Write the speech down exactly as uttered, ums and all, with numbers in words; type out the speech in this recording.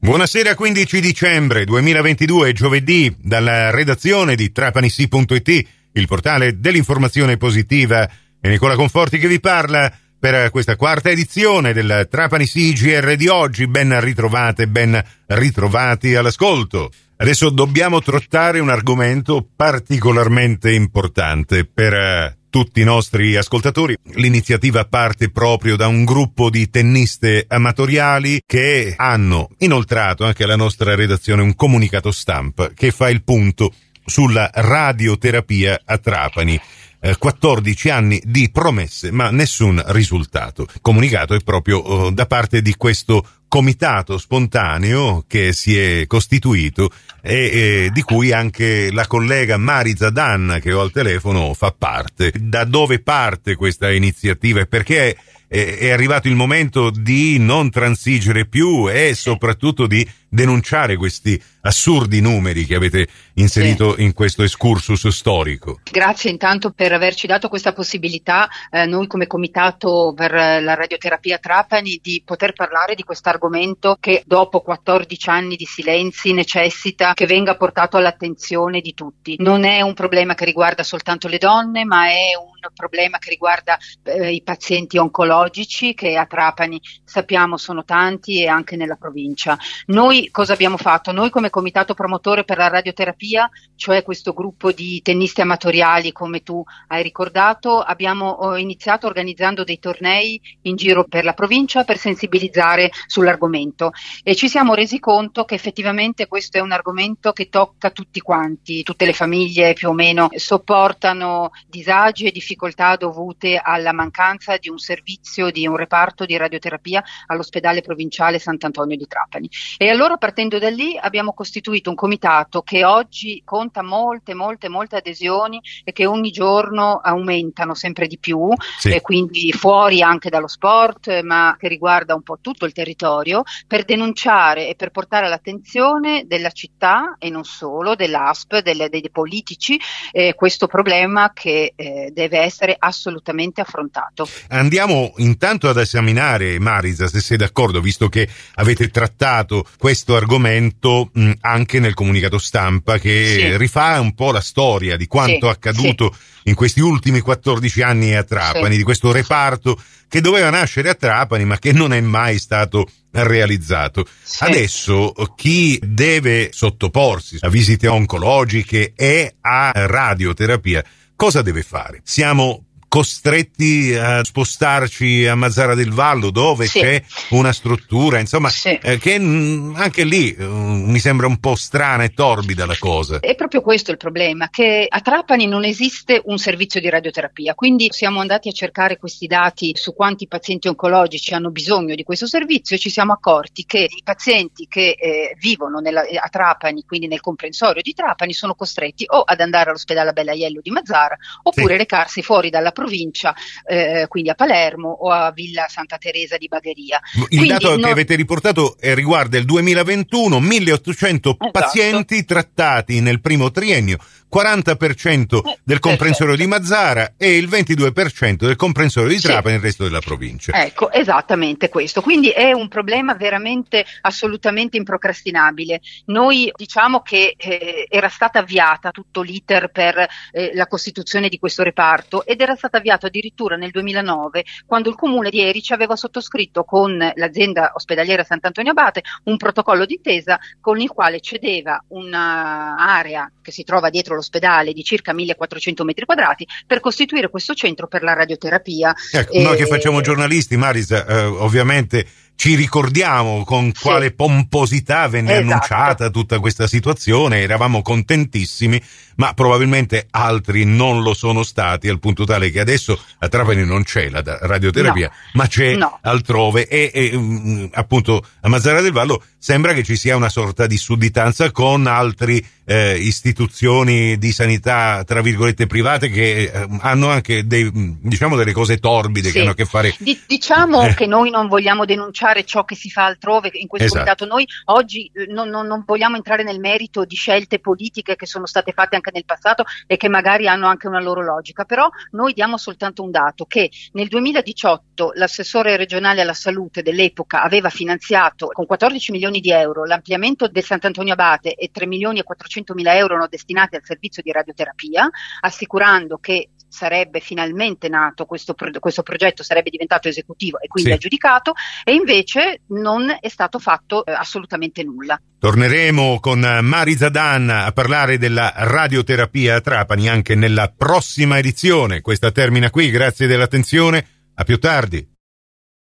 Buonasera, quindici dicembre duemilaventidue, giovedì, dalla redazione di Trapani.si punto it, il portale dell'informazione positiva. È Nicola Conforti che vi parla per questa quarta edizione del Trapani.si G R di oggi. Ben ritrovate, ben ritrovati all'ascolto. Adesso dobbiamo trattare un argomento particolarmente importante per tutti i nostri ascoltatori. L'iniziativa parte proprio da un gruppo di tenniste amatoriali che hanno inoltrato anche alla nostra redazione un comunicato stampa che fa il punto sulla radioterapia a Trapani. Eh, quattordici anni di promesse, ma nessun risultato. Comunicato è proprio eh, da parte di questo comitato spontaneo che si è costituito e eh, di cui anche la collega Mariza Danna, che ho al telefono, fa parte. Da dove parte questa iniziativa e perché è, è arrivato il momento di non transigere più e soprattutto di denunciare questi assurdi numeri che avete inserito sì. in questo excursus storico. Grazie intanto per averci dato questa possibilità, eh, noi come comitato per la radioterapia Trapani, di poter parlare di questo argomento che dopo quattordici anni di silenzi necessita che venga portato all'attenzione di tutti. Non è un problema che riguarda soltanto le donne, ma è un problema che riguarda eh, i pazienti oncologici, che a Trapani sappiamo sono tanti, e anche nella provincia. Noi cosa abbiamo fatto? Noi come comitato promotore per la radioterapia, cioè questo gruppo di tennisti amatoriali come tu hai ricordato, abbiamo iniziato organizzando dei tornei in giro per la provincia per sensibilizzare sull'argomento, e ci siamo resi conto che effettivamente questo è un argomento che tocca tutti quanti, tutte le famiglie più o meno sopportano disagi e difficoltà dovute alla mancanza di un servizio, di un reparto di radioterapia all'ospedale provinciale Sant'Antonio di Trapani. E allora, partendo da lì, abbiamo costituito un comitato che oggi conta molte, molte, molte adesioni e che ogni giorno aumentano sempre di più, sì. e quindi fuori anche dallo sport, ma che riguarda un po' tutto il territorio, per denunciare e per portare all'attenzione della città e non solo, dell'A S P, delle, dei politici, eh, questo problema che eh, deve essere assolutamente affrontato. Andiamo intanto ad esaminare, Mariza, se sei d'accordo, visto che avete trattato questo argomento mh, anche nel comunicato stampa che sì. rifà un po' la storia di quanto sì, accaduto sì. in questi ultimi quattordici anni a Trapani, sì. di questo reparto che doveva nascere a Trapani ma che non è mai stato realizzato. Sì. Adesso chi deve sottoporsi a visite oncologiche e a radioterapia cosa deve fare? Siamo costretti a spostarci a Mazara del Vallo, dove sì. c'è una struttura, insomma, sì. eh, che mh, anche lì uh, mi sembra un po' strana e torbida la cosa. È proprio questo il problema, che a Trapani non esiste un servizio di radioterapia, quindi siamo andati a cercare questi dati su quanti pazienti oncologici hanno bisogno di questo servizio e ci siamo accorti che i pazienti che eh, vivono nella, a Trapani, quindi nel comprensorio di Trapani, sono costretti o ad andare all'ospedale Belaiello di Mazara oppure sì. recarsi fuori dalla provincia, eh, quindi a Palermo o a Villa Santa Teresa di Bagheria. Il quindi dato non... che avete riportato eh, riguarda il duemilaventuno, milleottocento esatto. pazienti trattati nel primo triennio, quaranta per cento del comprensorio di Mazara e il ventidue per cento del comprensorio di Trapani, sì. il resto della provincia. Ecco, esattamente questo. Quindi è un problema veramente assolutamente improcrastinabile. Noi diciamo che eh, era stata avviata tutto l'iter per eh, la costituzione di questo reparto ed era stata avviato addirittura nel duemilanove, quando il comune di Erice aveva sottoscritto con l'azienda ospedaliera Sant'Antonio Abate un protocollo d'intesa con il quale cedeva un'area che si trova dietro l'ospedale di circa millequattrocento metri quadrati per costituire questo centro per la radioterapia. Ecco, e... noi che facciamo giornalisti, Marisa, eh, ovviamente ci ricordiamo con sì. quale pomposità venne esatto. annunciata tutta questa situazione, eravamo contentissimi, ma probabilmente altri non lo sono stati, al punto tale che adesso a Trapani non c'è la radioterapia, no. ma c'è no. altrove e, e um, appunto a Mazara del Vallo sembra che ci sia una sorta di sudditanza con altri eh, istituzioni di sanità tra virgolette private che eh, hanno anche dei, diciamo delle cose torbide sì. che hanno a che fare. D- diciamo eh. che noi non vogliamo denunciare ciò che si fa altrove in questo esatto. comitato. Noi oggi non, non, non vogliamo entrare nel merito di scelte politiche che sono state fatte anche nel passato e che magari hanno anche una loro logica, però noi diamo soltanto un dato, che nel duemiladiciotto l'assessore regionale alla salute dell'epoca aveva finanziato con quattordici milioni milioni di euro, l'ampliamento del Sant'Antonio Abate e tre milioni e quattrocentomila euro erano destinati al servizio di radioterapia, assicurando che sarebbe finalmente nato questo, pro- questo progetto, sarebbe diventato esecutivo e quindi sì. aggiudicato, e invece non è stato fatto eh, assolutamente nulla. Torneremo con Mari Zadan a parlare della radioterapia a Trapani anche nella prossima edizione. Questa termina qui, grazie dell'attenzione, a più tardi.